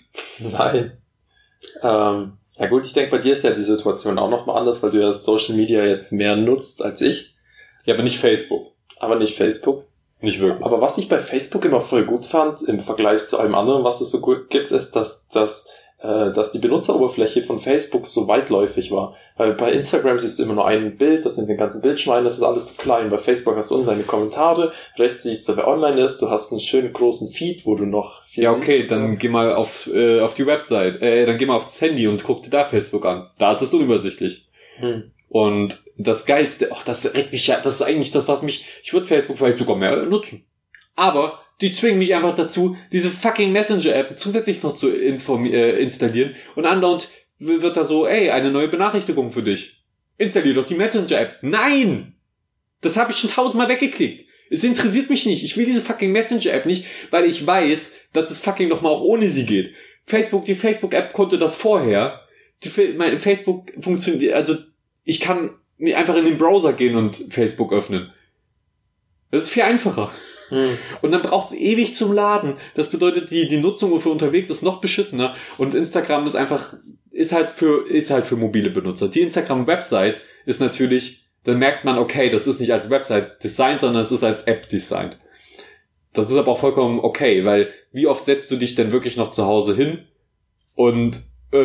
S1: Ja gut, ich denke, bei dir ist ja die Situation auch nochmal anders, weil du ja Social Media jetzt mehr nutzt als ich.
S2: Ja, aber nicht Facebook.
S1: Nicht wirklich. Aber was ich bei Facebook immer voll gut fand, im Vergleich zu allem anderen, was es so gut gibt, ist, dass die Benutzeroberfläche von Facebook so weitläufig war. Weil bei Instagram siehst du immer nur ein Bild, das sind den ganzen Bildschirm, das ist alles zu klein. Bei Facebook hast du unten deine Kommentare, rechts siehst du, wer online ist, du hast einen schönen großen Feed, wo du noch viel
S2: siehst. Okay, dann geh mal auf die Website, dann geh mal aufs Handy und guck dir da Facebook an. Da ist es unübersichtlich. Und das Geilste, das regt mich ja, das ist eigentlich das, was mich, ich würde Facebook vielleicht sogar mehr nutzen. Aber die zwingen mich einfach dazu, diese fucking Messenger-App zusätzlich noch zu installieren. Und andauernd wird da so, ey, eine neue Benachrichtigung für dich. Installier doch die Messenger-App. Nein! Das habe ich schon 1000-mal weggeklickt. Es interessiert mich nicht. Ich will diese fucking Messenger-App nicht, weil ich weiß, dass es fucking nochmal auch ohne sie geht. Die Facebook-App konnte das vorher. Mein Facebook funktioniert, also ich kann einfach in den Browser gehen und Facebook öffnen. Das ist viel einfacher. Und dann braucht es ewig zum Laden. Das bedeutet, die Nutzung für unterwegs ist noch beschissener. Und Instagram ist halt für mobile Benutzer. Die Instagram-Website ist natürlich, dann merkt man, okay, das ist nicht als Website designt, sondern es ist als App designt. Das ist aber auch vollkommen okay, weil wie oft setzt du dich denn wirklich noch zu Hause hin und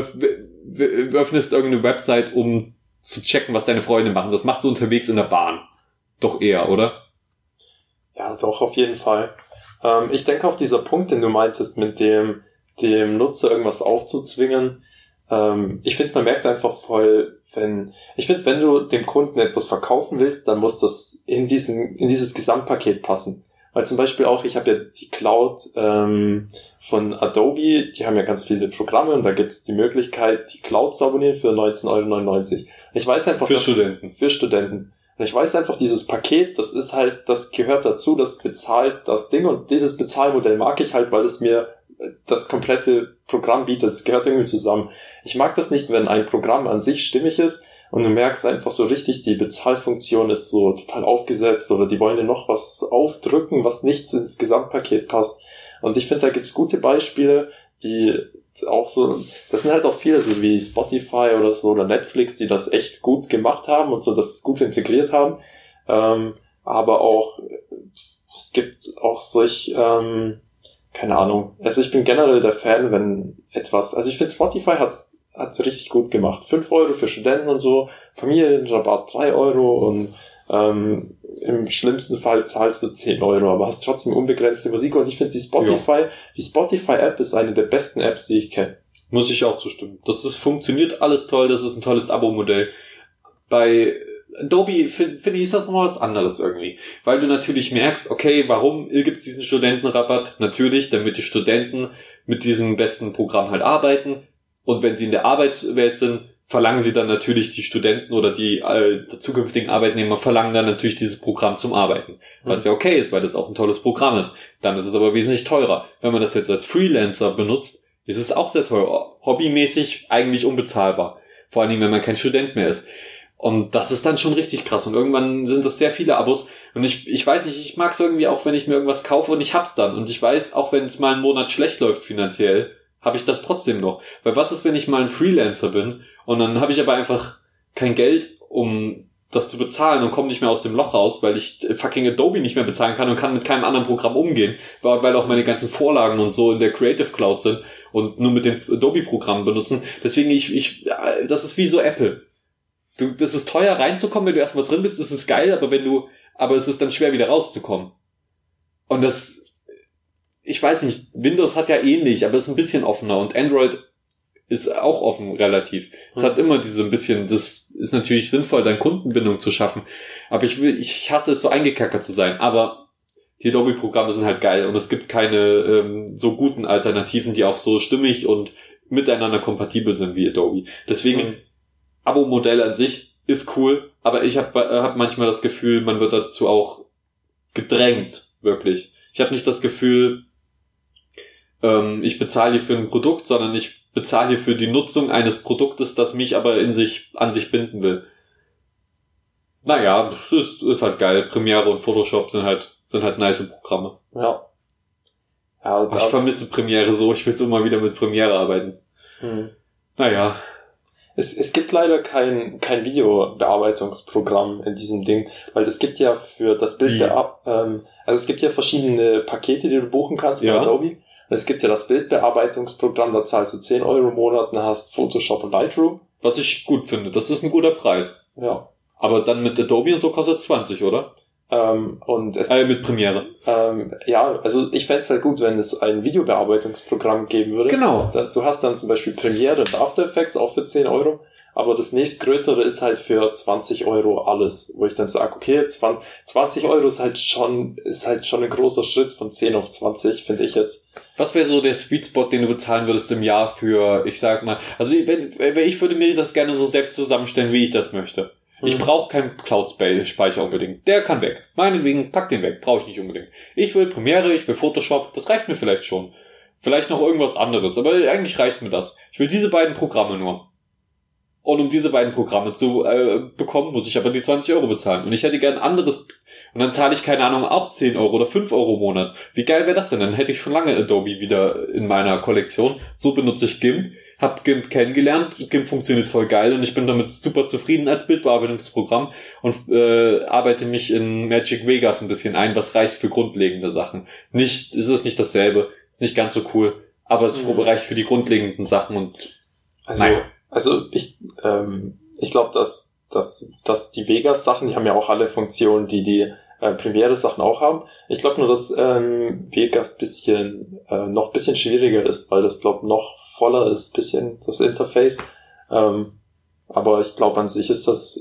S2: öffnest irgendeine Website, um zu checken, was deine Freunde machen? Das machst du unterwegs in der Bahn. Doch eher, oder?
S1: Ja, doch, auf jeden Fall. Ich denke auch dieser Punkt, den du meintest, mit dem Nutzer irgendwas aufzuzwingen, ich finde, man merkt einfach voll, wenn du dem Kunden etwas verkaufen willst, dann muss das in dieses Gesamtpaket passen. Weil zum Beispiel auch, ich habe ja die Cloud von Adobe, die haben ja ganz viele Programme und da gibt es die Möglichkeit, die Cloud zu abonnieren für 19,99 €. Ich weiß einfach,
S2: für Studenten.
S1: Und ich weiß einfach, dieses Paket, das gehört dazu, das bezahlt das Ding und dieses Bezahlmodell mag ich halt, weil es mir das komplette Programm bietet. Es gehört irgendwie zusammen. Ich mag das nicht, wenn ein Programm an sich stimmig ist und du merkst einfach so richtig, die Bezahlfunktion ist so total aufgesetzt oder die wollen dir noch was aufdrücken, was nicht ins Gesamtpaket passt. Und ich finde, da gibt's gute Beispiele, die auch so, das sind halt auch viele, so wie Spotify oder so oder Netflix, die das echt gut gemacht haben und so das gut integriert haben. Aber auch, es gibt auch keine Ahnung. Also ich bin generell der Fan, wenn etwas, also ich finde Spotify hat's richtig gut gemacht. 5 € für Studenten und so, Familienrabatt 3 € und im schlimmsten Fall zahlst du 10 €, aber hast trotzdem unbegrenzte Musik und ich finde die Spotify-App ist eine der besten Apps, die ich kenne.
S2: Muss ich auch zustimmen. Funktioniert alles toll, das ist ein tolles Abo-Modell. Bei Adobe finde ich, ist das noch was anderes irgendwie. Weil du natürlich merkst, okay, warum gibt's diesen Studentenrabatt? Natürlich, damit die Studenten mit diesem besten Programm halt arbeiten und wenn sie in der Arbeitswelt sind, verlangen sie dann natürlich die Studenten oder die zukünftigen Arbeitnehmer verlangen dann natürlich dieses Programm zum Arbeiten. Was ja okay ist, weil das auch ein tolles Programm ist. Dann ist es aber wesentlich teurer. Wenn man das jetzt als Freelancer benutzt, ist es auch sehr teuer. Hobbymäßig eigentlich unbezahlbar. Vor allen Dingen, wenn man kein Student mehr ist. Und das ist dann schon richtig krass. Und irgendwann sind das sehr viele Abos. Und ich weiß nicht, ich mag es irgendwie auch, wenn ich mir irgendwas kaufe und ich hab's dann. Und ich weiß, auch wenn es mal einen Monat schlecht läuft finanziell, habe ich das trotzdem noch. Weil was ist, wenn ich mal ein Freelancer bin und dann habe ich aber einfach kein Geld, um das zu bezahlen und komme nicht mehr aus dem Loch raus, weil ich fucking Adobe nicht mehr bezahlen kann und kann mit keinem anderen Programm umgehen, weil auch meine ganzen Vorlagen und so in der Creative Cloud sind und nur mit dem Adobe-Programm benutzen. Deswegen das ist wie so Apple. Das ist teuer reinzukommen, wenn du erstmal drin bist, das ist geil, aber es ist dann schwer wieder rauszukommen. Und ich weiß nicht, Windows hat ja ähnlich, aber ist ein bisschen offener und Android ist auch offen relativ. Es hat immer diese ein bisschen, das ist natürlich sinnvoll, dann Kundenbindung zu schaffen. Aber ich hasse es, so eingekackert zu sein. Aber die Adobe-Programme sind halt geil und es gibt keine so guten Alternativen, die auch so stimmig und miteinander kompatibel sind wie Adobe. Deswegen, Abo-Modell an sich ist cool, aber ich hab manchmal das Gefühl, man wird dazu auch gedrängt, wirklich. Ich habe nicht das Gefühl, ich bezahle hier für ein Produkt, sondern ich bezahle hier für die Nutzung eines Produktes, das mich aber an sich binden will. Naja, das ist halt geil. Premiere und Photoshop sind halt nice Programme.
S1: Ja.
S2: Aber ich vermisse Premiere so, ich will so immer wieder mit Premiere arbeiten. Naja.
S1: Es gibt leider kein Videobearbeitungsprogramm in diesem Ding, weil es gibt ja für das Bild also es gibt ja verschiedene Pakete, die du buchen kannst bei Adobe. Es gibt ja das Bildbearbeitungsprogramm, da zahlst du 10 Euro im Monat und hast Photoshop und Lightroom.
S2: Was ich gut finde, das ist ein guter Preis.
S1: Ja.
S2: Aber dann mit Adobe und so kostet 20, oder? Mit Premiere.
S1: Ja, also ich fänd's halt gut, wenn es ein Videobearbeitungsprogramm geben würde.
S2: Genau.
S1: Du hast dann zum Beispiel Premiere und After Effects auch für 10 Euro, aber das nächstgrößere ist halt für 20 Euro alles, wo ich dann sage, okay, 20 Euro ist halt schon ein großer Schritt von 10 auf 20, finde ich jetzt.
S2: Was wäre so der Sweet Spot, den du bezahlen würdest im Jahr für, ich sag mal, also ich würde mir das gerne so selbst zusammenstellen, wie ich das möchte. Ich brauche keinen Cloud-Speicher unbedingt. Der kann weg. Meinetwegen, pack den weg. Brauche ich nicht unbedingt. Ich will Premiere, ich will Photoshop. Das reicht mir vielleicht schon. Vielleicht noch irgendwas anderes, aber eigentlich reicht mir das. Ich will diese beiden Programme nur. Und um diese beiden Programme zu bekommen, muss ich aber die 20 Euro bezahlen. Und ich hätte gern ein anderes. Und dann zahle ich, keine Ahnung, auch 10 Euro oder 5 Euro im Monat. Wie geil wäre das denn? Dann hätte ich schon lange Adobe wieder in meiner Kollektion. So benutze ich GIMP. Hab GIMP kennengelernt. GIMP funktioniert voll geil und ich bin damit super zufrieden als Bildbearbeitungsprogramm und arbeite mich in Magic Vegas ein bisschen ein, was reicht für grundlegende Sachen. Ist es nicht dasselbe. Ist nicht ganz so cool. Aber es reicht für die grundlegenden Sachen und
S1: Also ich glaube, dass die Vegas-Sachen, die haben ja auch alle Funktionen, die Premiere-Sachen auch haben. Ich glaube nur, dass Vegas noch ein bisschen schwieriger ist, weil das, glaube noch voller ist, bisschen das Interface. Aber ich glaube, an sich ist das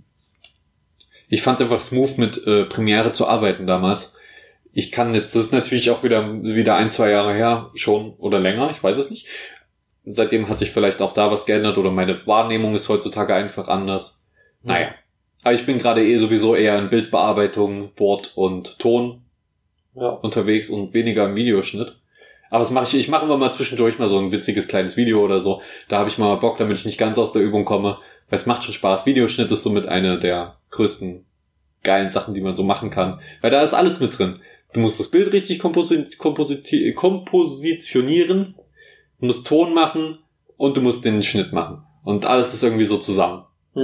S2: ich fand es einfach smooth, mit Premiere zu arbeiten damals. Ich kann jetzt, das ist natürlich auch wieder 1-2 Jahre her schon oder länger, ich weiß es nicht. Seitdem hat sich vielleicht auch da was geändert oder meine Wahrnehmung ist heutzutage einfach anders. Naja. Aber ich bin gerade sowieso eher in Bildbearbeitung, Wort und Ton unterwegs und weniger im Videoschnitt. Aber was mache ich? Ich mache immer mal zwischendurch mal so ein witziges kleines Video oder so. Da habe ich mal Bock, damit ich nicht ganz aus der Übung komme. Weil es macht schon Spaß. Videoschnitt ist somit eine der größten geilen Sachen, die man so machen kann. Weil da ist alles mit drin. Du musst das Bild richtig kompositionieren. Du musst Ton machen und du musst den Schnitt machen. Und alles ist irgendwie so zusammen.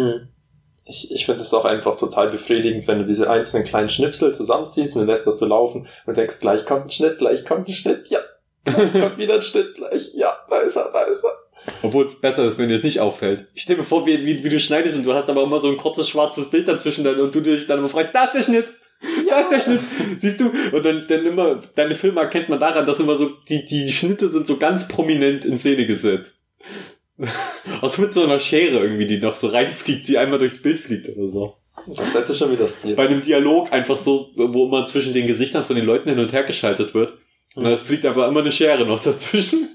S1: Ich finde es auch einfach total befriedigend, wenn du diese einzelnen kleinen Schnipsel zusammenziehst und dann lässt das so laufen und denkst, gleich kommt ein Schnitt, ja, kommt wieder ein Schnitt, gleich, ja, da ist er.
S2: Obwohl es besser ist, wenn dir es nicht auffällt. Ich stell mir vor, wie du schneidest und du hast aber immer so ein kurzes schwarzes Bild dazwischen und du dich dann immer fragst, da ist der Schnitt! Da ist der Schnitt, siehst du? Und dann immer, deine Filme erkennt man daran, dass immer so, die Schnitte sind so ganz prominent in Szene gesetzt. Also mit so einer Schere irgendwie, die noch so reinfliegt, die einmal durchs Bild fliegt oder so.
S1: Das hätte schon wieder Stil.
S2: Bei einem Dialog einfach so, wo man zwischen den Gesichtern von den Leuten hin und her geschaltet wird. Und es fliegt einfach immer eine Schere noch dazwischen.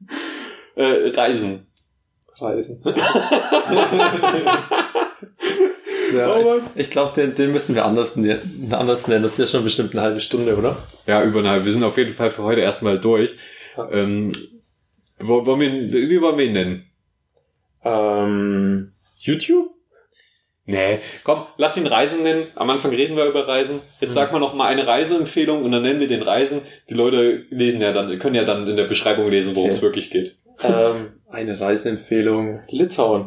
S2: Reisen.
S1: Ja, ich glaube, den müssen wir anders nennen. Das ist ja schon bestimmt eine halbe Stunde, oder?
S2: Ja, über eine halbe. Wir sind auf jeden Fall für heute erstmal durch. Ja. Wie wollen wir ihn nennen?
S1: YouTube?
S2: Nee, komm, lass ihn Reisen nennen. Am Anfang reden wir über Reisen. Jetzt sag mal noch mal eine Reiseempfehlung und dann nennen wir den Reisen. Die Leute können ja dann in der Beschreibung lesen, worum es wirklich geht.
S1: Eine Reiseempfehlung. Litauen.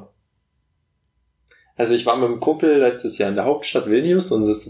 S1: Also ich war mit einem Kumpel letztes Jahr in der Hauptstadt Vilnius und es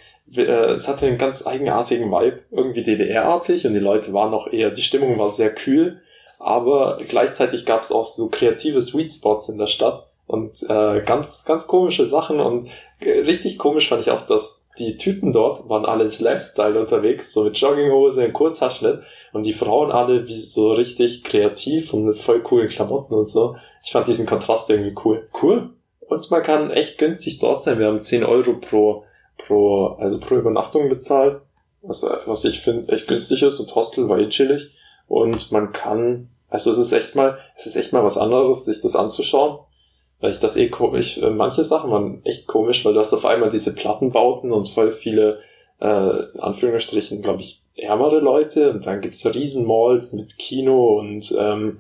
S1: hatte einen ganz eigenartigen Vibe. Irgendwie DDR-artig und die Leute waren noch die Stimmung war sehr kühl, aber gleichzeitig gab es auch so kreative Sweet Spots in der Stadt. Und ganz, ganz komische Sachen und richtig komisch fand ich auch, dass die Typen dort waren alle in Slave-Style unterwegs, so mit Jogginghose und Kurzhaarschnitt und die Frauen alle wie so richtig kreativ und mit voll coolen Klamotten und so. Ich fand diesen Kontrast irgendwie cool. Cool. Und man kann echt günstig dort sein. Wir haben 10 Euro pro Übernachtung bezahlt, was ich finde echt günstig ist und Hostel war chillig und man kann, also es ist echt mal was anderes, sich das anzuschauen. Weil ich das komisch, manche Sachen waren echt komisch, weil du hast auf einmal diese Plattenbauten und voll viele, in Anführungsstrichen, glaube ich, ärmere Leute und dann gibt's Riesenmalls mit Kino und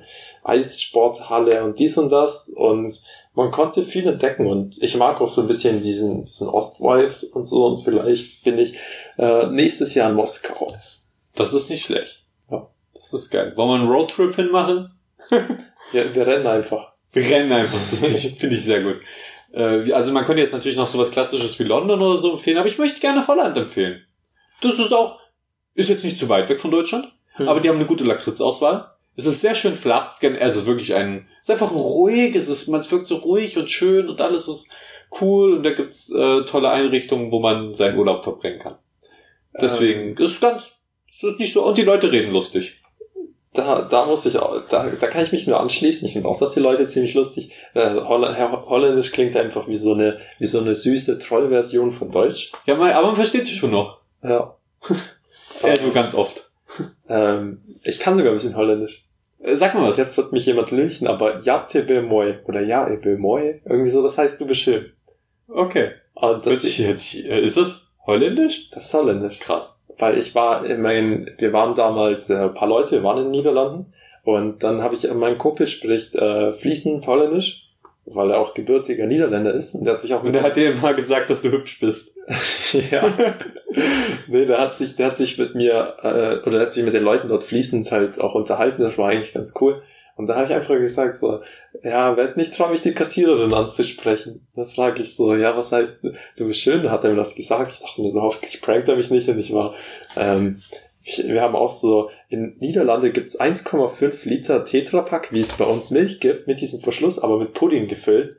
S1: Eissporthalle und dies und das und man konnte viel entdecken und ich mag auch so ein bisschen diesen Ost-Vibes und so und vielleicht bin ich nächstes Jahr in Moskau.
S2: Das ist nicht schlecht. Ja, das ist geil. Wollen wir einen Roadtrip hinmachen?
S1: Wir rennen einfach.
S2: Wir rennen einfach, das finde ich sehr gut. Also man könnte jetzt natürlich noch sowas Klassisches wie London oder so empfehlen, aber ich möchte gerne Holland empfehlen. Das ist jetzt nicht zu weit weg von Deutschland, aber die haben eine gute Lakritzauswahl. Es ist sehr schön flach, es ist wirklich es ist einfach ruhig, man wirkt so ruhig und schön und alles ist cool und da gibt's tolle Einrichtungen, wo man seinen Urlaub verbringen kann. Deswegen, es ist nicht so, und die Leute reden lustig.
S1: Da kann ich mich nur anschließen. Ich finde auch, dass die Leute ziemlich lustig. Holländisch klingt einfach wie so eine süße Trollversion von Deutsch.
S2: Ja, aber man versteht sich schon noch.
S1: Ja.
S2: Also ganz oft.
S1: Ich kann sogar ein bisschen Holländisch.
S2: Sag mal was.
S1: Jetzt wird mich jemand lynchen, aber ja tebe moi oder ja ebe moi, irgendwie so, das heißt du bist schön.
S2: Okay. Und ist das Holländisch?
S1: Das ist Holländisch.
S2: Krass.
S1: Weil wir waren damals ein paar Leute, wir waren in den Niederlanden und dann mein Kumpel spricht fließend Holländisch, weil er auch gebürtiger Niederländer ist und der
S2: hat dir immer gesagt, dass du hübsch bist.
S1: Ja. Nee, der hat sich mit mir der hat sich mit den Leuten dort fließend halt auch unterhalten, das war eigentlich ganz cool. Und da habe ich einfach gesagt so, ja, werd nicht trauen, mich die Kassiererin anzusprechen. Dann frage ich so, ja, was heißt, du bist schön? Da hat er mir das gesagt. Ich dachte mir so, hoffentlich prankt er mich nicht. Und wir haben auch so, in Niederlande gibt's 1,5 Liter Tetrapack, wie es bei uns Milch gibt, mit diesem Verschluss, aber mit Pudding gefüllt.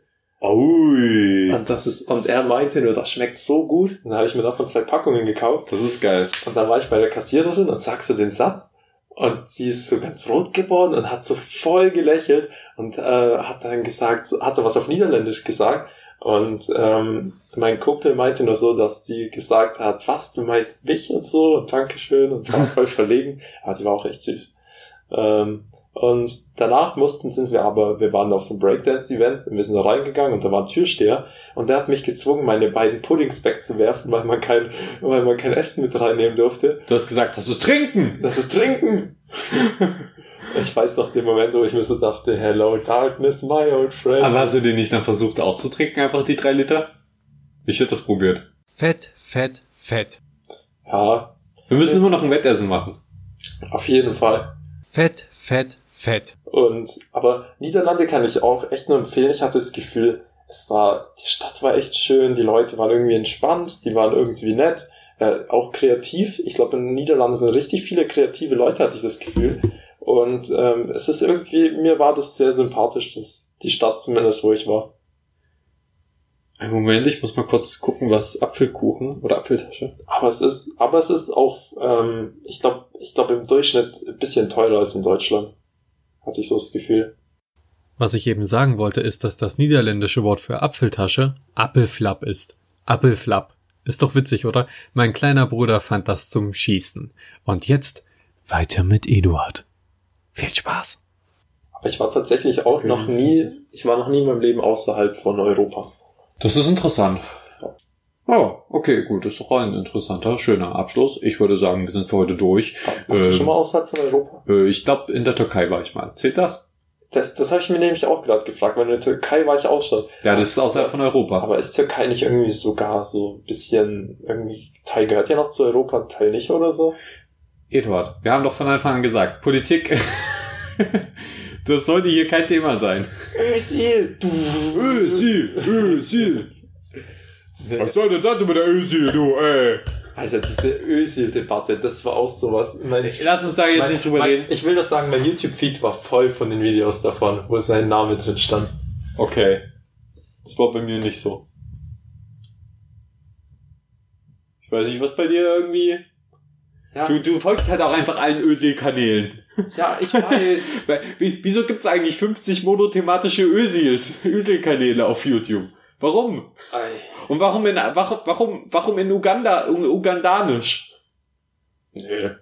S2: Ui.
S1: Und er meinte nur, das schmeckt so gut. Und dann habe ich mir davon 2 Packungen gekauft.
S2: Das ist geil.
S1: Und dann war ich bei der Kassiererin und sagst so den Satz. Und sie ist so ganz rot geworden und hat so voll gelächelt und hat dann hatte was auf Niederländisch gesagt. Und mein Kumpel meinte nur so, dass sie gesagt hat, was, du meinst mich und so und Dankeschön und war voll verlegen. Aber die war auch echt süß. Und danach wir waren auf so einem Breakdance-Event und wir sind da reingegangen und da war ein Türsteher und der hat mich gezwungen, meine beiden Puddings wegzuwerfen, weil man kein Essen mit reinnehmen durfte.
S2: Du hast gesagt, das ist Trinken!
S1: Das ist Trinken! Ich weiß noch den Moment, wo ich mir so dachte, hello darkness, my old friend.
S2: Aber hast du den nicht dann versucht auszutrinken, einfach die 3 Liter? Ich hätte das probiert.
S3: Fett, fett, fett.
S1: Ja.
S2: Wir müssen immer noch ein Wettessen machen.
S1: Auf jeden Fall.
S3: Fett, fett, fett.
S1: Aber Niederlande kann ich auch echt nur empfehlen. Ich hatte das Gefühl, die Stadt war echt schön, die Leute waren irgendwie entspannt, die waren irgendwie nett, auch kreativ. Ich glaube, in den Niederlanden sind richtig viele kreative Leute, hatte ich das Gefühl. Und es ist irgendwie, mir war das sehr sympathisch, die Stadt zumindest, wo ich war.
S2: Einen Moment, ich muss mal kurz gucken, was Apfelkuchen oder Apfeltasche.
S1: Aber es ist auch, ich glaube im Durchschnitt ein bisschen teurer als in Deutschland. Hatte ich so das Gefühl.
S3: Was ich eben sagen wollte, ist, dass das niederländische Wort für Apfeltasche Appelflap ist. Appelflap. Ist doch witzig, oder? Mein kleiner Bruder fand das zum Schießen. Und jetzt weiter mit Eduard. Viel Spaß.
S1: Aber ich war tatsächlich auch noch nie in meinem Leben außerhalb von Europa.
S2: Das ist interessant. Oh, okay, gut. Das ist doch ein interessanter, schöner Abschluss. Ich würde sagen, wir sind für heute durch.
S1: Warst du schon mal außerhalb von Europa?
S2: Ich glaube, in der Türkei war ich mal. Zählt das?
S1: Das habe ich mir nämlich auch gerade gefragt, weil in der Türkei war ich auch schon.
S2: Ja, das ist außerhalb von Europa.
S1: Aber ist Türkei nicht irgendwie sogar so ein bisschen, irgendwie, Teil gehört ja noch zu Europa, Teil nicht oder so?
S2: Eduard, wir haben doch von Anfang an gesagt, Politik, das sollte hier kein Thema sein.
S1: Özil!
S2: Özil! Was soll denn das mit der Özil, du, ey?
S1: Alter, diese Özil-Debatte, das war auch sowas.
S2: Lass uns da jetzt nicht drüber reden.
S1: Ich will das sagen, mein YouTube-Feed war voll von den Videos davon, wo sein Name drin stand.
S2: Okay. Das war bei mir nicht so. Ich weiß nicht, was bei dir irgendwie...
S1: Ja.
S2: Du folgst halt auch einfach allen Özil-Kanälen.
S1: Ja, ich weiß.
S2: Wieso gibt's eigentlich 50 monothematische Özil-Kanäle auf YouTube? Warum?
S1: Ei.
S2: Und warum in Ugandanisch?
S1: Nö.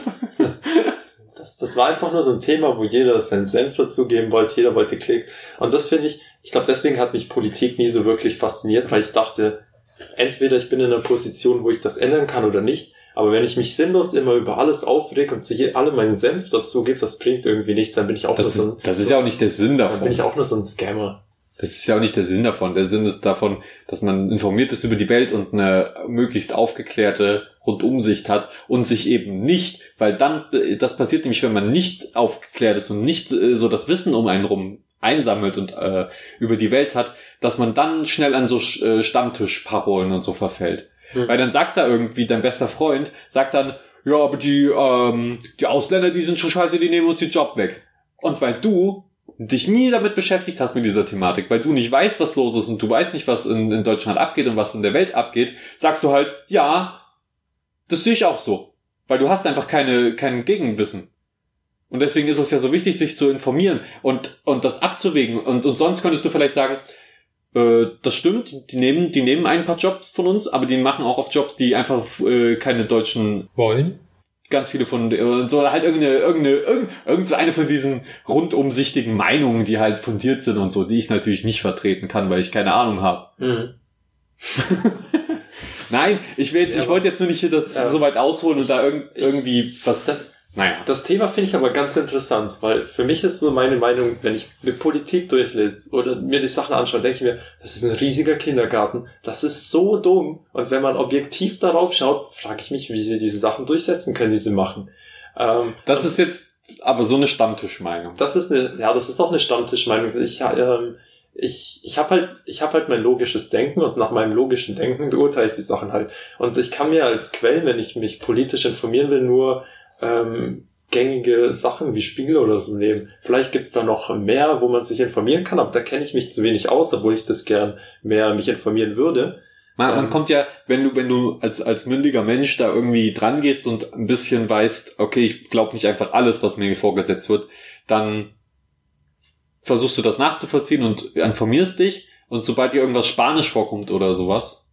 S1: Das war einfach nur so ein Thema, wo jeder seinen Senf dazugeben wollte, jeder wollte Klicks. Und das finde ich glaube, deswegen hat mich Politik nie so wirklich fasziniert, weil ich dachte, entweder ich bin in einer Position, wo ich das ändern kann oder nicht, aber wenn ich mich sinnlos immer über alles aufreg und zu allem meinen Senf dazu gebe, das bringt irgendwie nichts, dann bin ich auch
S2: das ist ja auch nicht der Sinn davon.
S1: Dann bin ich auch nur so ein Scammer.
S2: Das ist ja auch nicht der Sinn davon. Der Sinn ist davon, dass man informiert ist über die Welt und eine möglichst aufgeklärte Rundumsicht hat und sich eben nicht, weil dann, das passiert nämlich, wenn man nicht aufgeklärt ist und nicht so das Wissen um einen rum einsammelt und über die Welt hat, dass man dann schnell an so Stammtischparolen und so verfällt. Weil dann sagt da irgendwie dein bester Freund, sagt dann, ja, aber die Ausländer, die sind schon scheiße, die nehmen uns den Job weg. Und weil du dich nie damit beschäftigt hast mit dieser Thematik, weil du nicht weißt, was los ist und du weißt nicht, was in Deutschland abgeht und was in der Welt abgeht, sagst du halt, ja, das sehe ich auch so. Weil du hast einfach kein Gegenwissen. Und deswegen ist es ja so wichtig, sich zu informieren und das abzuwägen. Und sonst könntest du vielleicht sagen, das stimmt, die nehmen ein paar Jobs von uns, aber die machen auch oft Jobs, die einfach keine Deutschen
S1: wollen.
S2: Ganz viele von so halt irgend so eine von diesen rundumsichtigen Meinungen, die halt fundiert sind und so, die ich natürlich nicht vertreten kann, weil ich keine Ahnung habe. Mhm. Nein, ich wollte jetzt nur nicht hier das so weit ausholen und da irgendwie was. Das Thema finde ich aber ganz interessant, weil für mich ist so meine Meinung, wenn ich mit Politik durchlese oder mir die Sachen anschaue, denke ich mir, das ist ein riesiger Kindergarten, das ist so dumm. Und wenn man objektiv darauf schaut, frage ich mich, wie sie diese Sachen durchsetzen können, die sie machen. Das ist jetzt aber so eine Stammtischmeinung. Das ist auch eine Stammtischmeinung. Ich habe halt mein logisches Denken und nach meinem logischen Denken beurteile ich die Sachen halt. Und ich kann mir als Quellen, wenn ich mich politisch informieren will, nur gängige Sachen wie Spiegel oder so nehmen. Vielleicht gibt's da noch mehr, wo man sich informieren kann, aber da kenne ich mich zu wenig aus, obwohl ich das gern mehr mich informieren würde. Man kommt ja, wenn du als mündiger Mensch da irgendwie dran gehst und ein bisschen weißt, okay, ich glaube nicht einfach alles, was mir vorgesetzt wird, dann versuchst du das nachzuvollziehen und informierst dich, und sobald dir irgendwas Spanisch vorkommt oder sowas,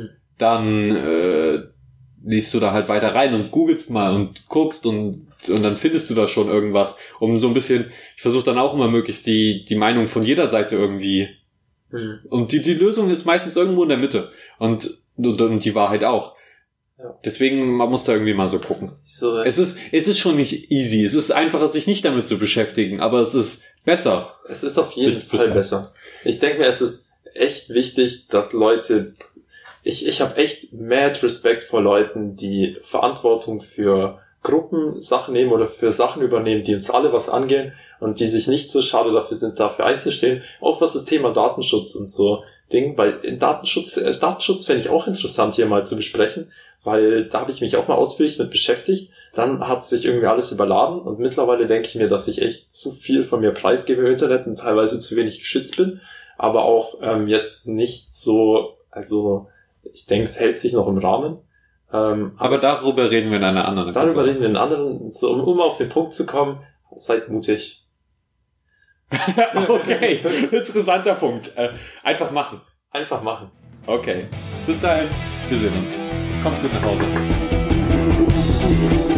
S2: dann liest du da halt weiter rein und googelst mal und guckst und dann findest du da schon irgendwas, um so ein bisschen, ich versuche dann auch immer möglichst die Meinung von jeder Seite irgendwie, und die Lösung ist meistens irgendwo in der Mitte und die Wahrheit auch. Ja. Deswegen, man muss da irgendwie mal so gucken. So, es ist schon nicht easy, es ist einfacher, sich nicht damit zu beschäftigen, aber es ist besser. Es ist auf jeden Fall besser. Ich denke mir, es ist echt wichtig, dass Leute, ich habe echt mad Respekt vor Leuten, die Verantwortung für Gruppensachen nehmen oder für Sachen übernehmen, die uns alle was angehen und die sich nicht so schade dafür sind, dafür einzustehen. Auch was das Thema Datenschutz und so Ding, weil Datenschutz fände ich auch interessant hier mal zu besprechen, weil da habe ich mich auch mal ausführlich mit beschäftigt. Dann hat sich irgendwie alles überladen und mittlerweile denke ich mir, dass ich echt zu viel von mir preisgebe im Internet und teilweise zu wenig geschützt bin, aber auch jetzt nicht so, also ich denke, es hält sich noch im Rahmen. Aber darüber reden wir in einer anderen Episode. Darüber reden wir in einer anderen, so, um auf den Punkt zu kommen, seid mutig. Okay, interessanter Punkt. Einfach machen. Einfach machen. Okay, bis dahin, wir sehen uns. Kommt gut nach Hause.